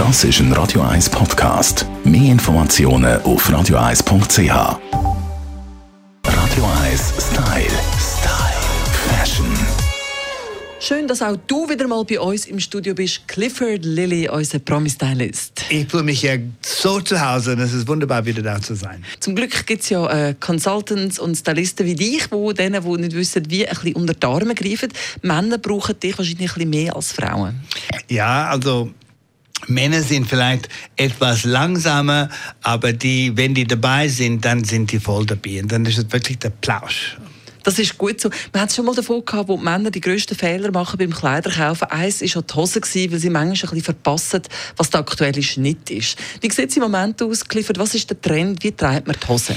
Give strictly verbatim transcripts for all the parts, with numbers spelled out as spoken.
Das ist ein Radio eins Podcast. Mehr Informationen auf radio eins punkt c h. Radio eins Style. Style. Fashion. Schön, dass auch du wieder mal bei uns im Studio bist. Clifford Lilly, unser Promi-Stylist. Ich fühle mich ja so zu Hause und es ist wunderbar, wieder da zu sein. Zum Glück gibt es ja äh, Consultants und Stylisten wie dich, die denen, die nicht wissen, wie ein bisschen unter die Arme greifen. Männer brauchen dich wahrscheinlich ein bisschen mehr als Frauen. Ja, also Männer sind vielleicht etwas langsamer, aber die, wenn die dabei sind, dann sind die voll dabei. Und dann ist es wirklich der Plausch. Das ist gut so. Man hat es schon mal davon gehabt, wo die Männer die grössten Fehler machen beim Kleiderkaufen. Eins war schon die Hose, weil sie manchmal ein bisschen verpassen, was der aktuelle Schnitt ist. Wie sieht es im Moment aus, Clifford? Was ist der Trend? Wie trägt man die Hose?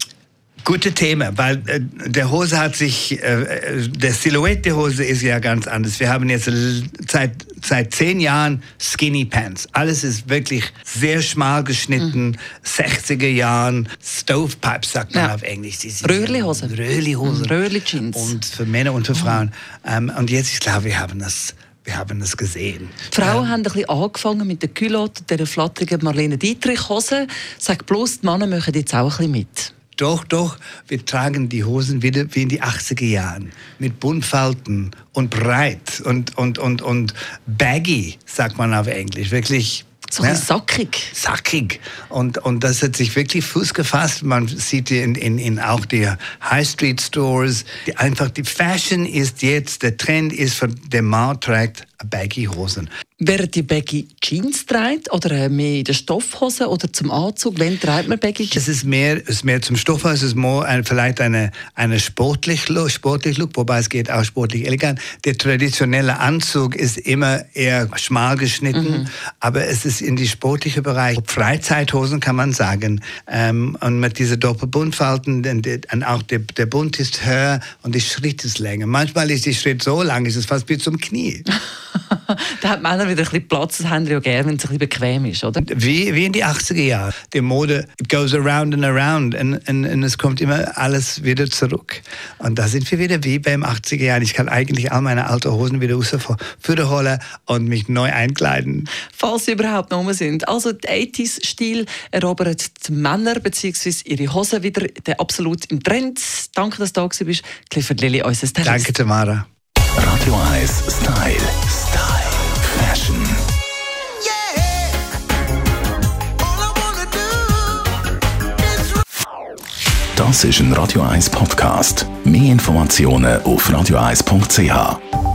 Gutes Thema, weil äh, der Hose hat sich, äh, der Silhouette der Hose ist ja ganz anders. Wir haben jetzt seit, seit zehn Jahren Skinny Pants. Alles ist wirklich sehr schmal geschnitten, mhm. sechziger Jahren, Stovepipes sagt man ja auf Englisch. Röhrli-Hose. Röhrli-Hose. Mhm. Röhrli-Jeans. Und für Männer und für Frauen. Oh. Ähm, und jetzt, ich glaube, wir haben das... Wir haben es gesehen. Die Frauen ähm, haben ein bisschen angefangen mit der Culotte und der flatterigen Marlene Dietrich-Hose. Sag bloß, die Männer machen jetzt auch ein bisschen mit. Doch, doch, wir tragen die Hosen wieder wie in die achtziger Jahren. Mit Buntfalten und breit und, und, und, und baggy, sagt man auf Englisch. Wirklich. So ein bisschen sackig. Sackig. Und, und das hat sich wirklich Fuß gefasst. Man sieht in, in, in auch die High Street Stores. Die, einfach die Fashion ist jetzt, der Trend ist, für der Mann trägt baggy Hosen. Wer die baggy Jeans trägt oder mehr in der Stoffhose oder zum Anzug, wann trägt man baggy Jeans? Es ist mehr, ist mehr zum Stoff, es ist mehr ein, vielleicht eine, eine sportlich Look, sportlich Look, wobei es geht auch sportlich elegant. Der traditionelle Anzug ist immer eher schmal geschnitten, mhm. aber es ist in die sportliche Bereich. Freizeithosen kann man sagen. Ähm, und mit diesen Doppelbuntfalten, und auch der, der Bund ist höher und die Schritt ist länger. Manchmal ist die Schritt so lang, ist es fast bis zum Knie. Da hat Männer wieder ein bisschen Platz, das haben sie ja gerne, wenn es ein bisschen bequem ist, oder? Wie, wie in die achtziger Jahre. Die Mode it goes around and around und, und, und es kommt immer alles wieder zurück. Und da sind wir wieder wie beim achtziger Jahren. Ich kann eigentlich all meine alten Hosen wieder raus für die holen und mich neu einkleiden. Falls sie überhaupt noch rum sind. Also der achtziger-Stil erobert die Männer bzw. ihre Hosen wieder der absolut im Trend. Danke, dass du da bist. Clifford Lilly, unser Stylist. Danke, Tamara. Radio eins Style. Style. Fashion. Yeah. All I wanna do is... Das ist ein Radio eins Podcast. Mehr Informationen auf radio eins punkt c h.